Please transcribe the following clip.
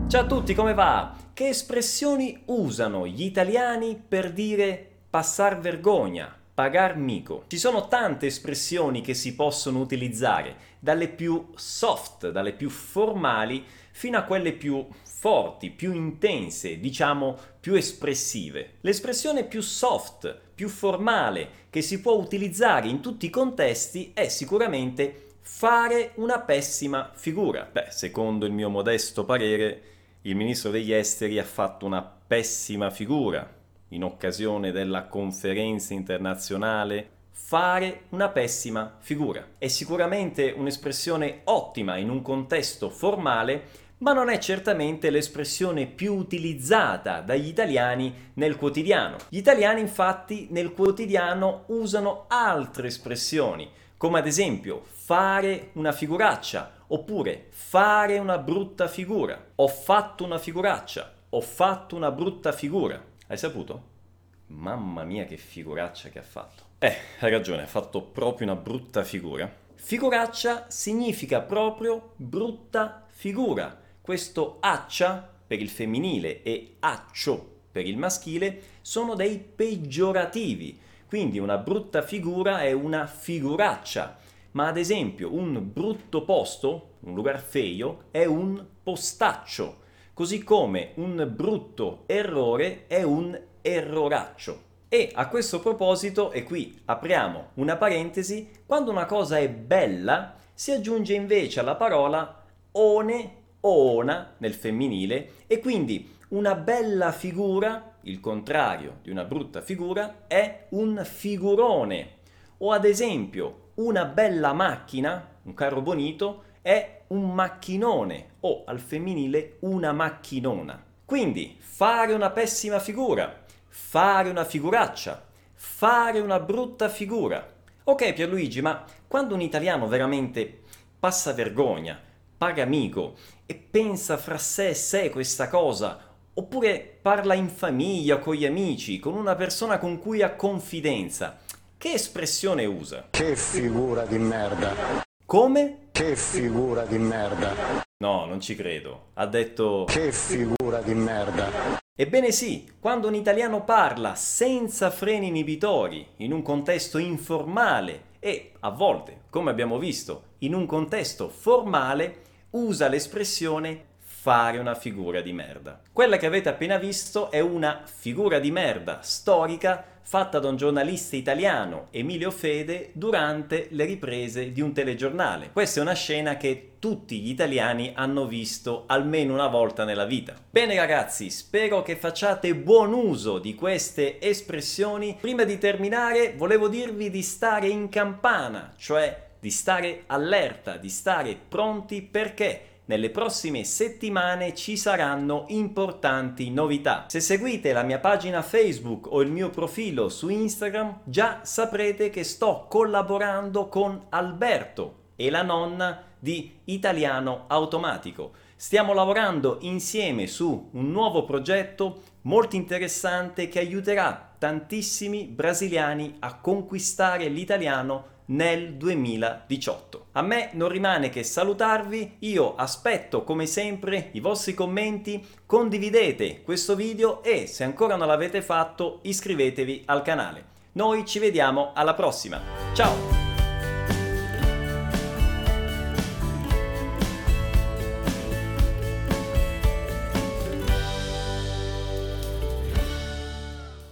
Ciao a tutti, come va? Che espressioni usano gli italiani per dire passar vergogna, pagar mico? Ci sono tante espressioni che si possono utilizzare, dalle più soft, dalle più formali, fino a quelle più forti, più intense, diciamo più espressive. L'espressione più soft, più formale, che si può utilizzare in tutti i contesti è sicuramente fare una pessima figura. Secondo il mio modesto parere, il ministro degli esteri ha fatto una pessima figura in occasione della conferenza internazionale. Fare una pessima figura è sicuramente un'espressione ottima in un contesto formale, ma non è certamente l'espressione più utilizzata dagli italiani nel quotidiano. Gli italiani infatti nel quotidiano usano altre espressioni, come ad esempio fare una figuraccia, oppure fare una brutta figura. Ho fatto una figuraccia, ho fatto una brutta figura. Hai saputo? Mamma mia che figuraccia che ha fatto. Hai ragione, ha fatto proprio una brutta figura. Figuraccia significa proprio brutta figura. Questo accia per il femminile e accio per il maschile sono dei peggiorativi. Quindi una brutta figura è una figuraccia, ma ad esempio un brutto posto, un lugar feio, è un postaccio, così come un brutto errore è un erroraccio. E a questo proposito, e qui apriamo una parentesi, quando una cosa è bella si aggiunge invece alla parola one o ona nel femminile e quindi una bella figura, il contrario di una brutta figura, è un figurone. O ad esempio, una bella macchina, un carro bonito, è un macchinone o al femminile una macchinona. Quindi fare una pessima figura, fare una figuraccia, fare una brutta figura. Ok Pierluigi, ma quando un italiano veramente passa vergogna, paga amico e pensa fra sé e sé questa cosa, oppure parla in famiglia, con gli amici, con una persona con cui ha confidenza, che espressione usa? Che figura di merda. Come? Che figura di merda. No, non ci credo. Ha detto... Che figura di merda. Ebbene sì, quando un italiano parla senza freni inibitori, in un contesto informale e, a volte, come abbiamo visto, in un contesto formale, usa l'espressione fare una figura di merda. Quella che avete appena visto è una figura di merda storica fatta da un giornalista italiano, Emilio Fede, durante le riprese di un telegiornale. Questa è una scena che tutti gli italiani hanno visto almeno una volta nella vita. Bene ragazzi, spero che facciate buon uso di queste espressioni. Prima di terminare volevo dirvi di stare in campana, cioè di stare allerta, di stare pronti perché nelle prossime settimane ci saranno importanti novità. Se seguite la mia pagina Facebook o il mio profilo su Instagram, già saprete che sto collaborando con Alberto e la nonna di Italiano Automatico. Stiamo lavorando insieme su un nuovo progetto molto interessante che aiuterà tantissimi brasiliani a conquistare l'italiano nel 2018. A me non rimane che salutarvi, io aspetto come sempre i vostri commenti, condividete questo video e se ancora non l'avete fatto iscrivetevi al canale. Noi ci vediamo alla prossima, ciao!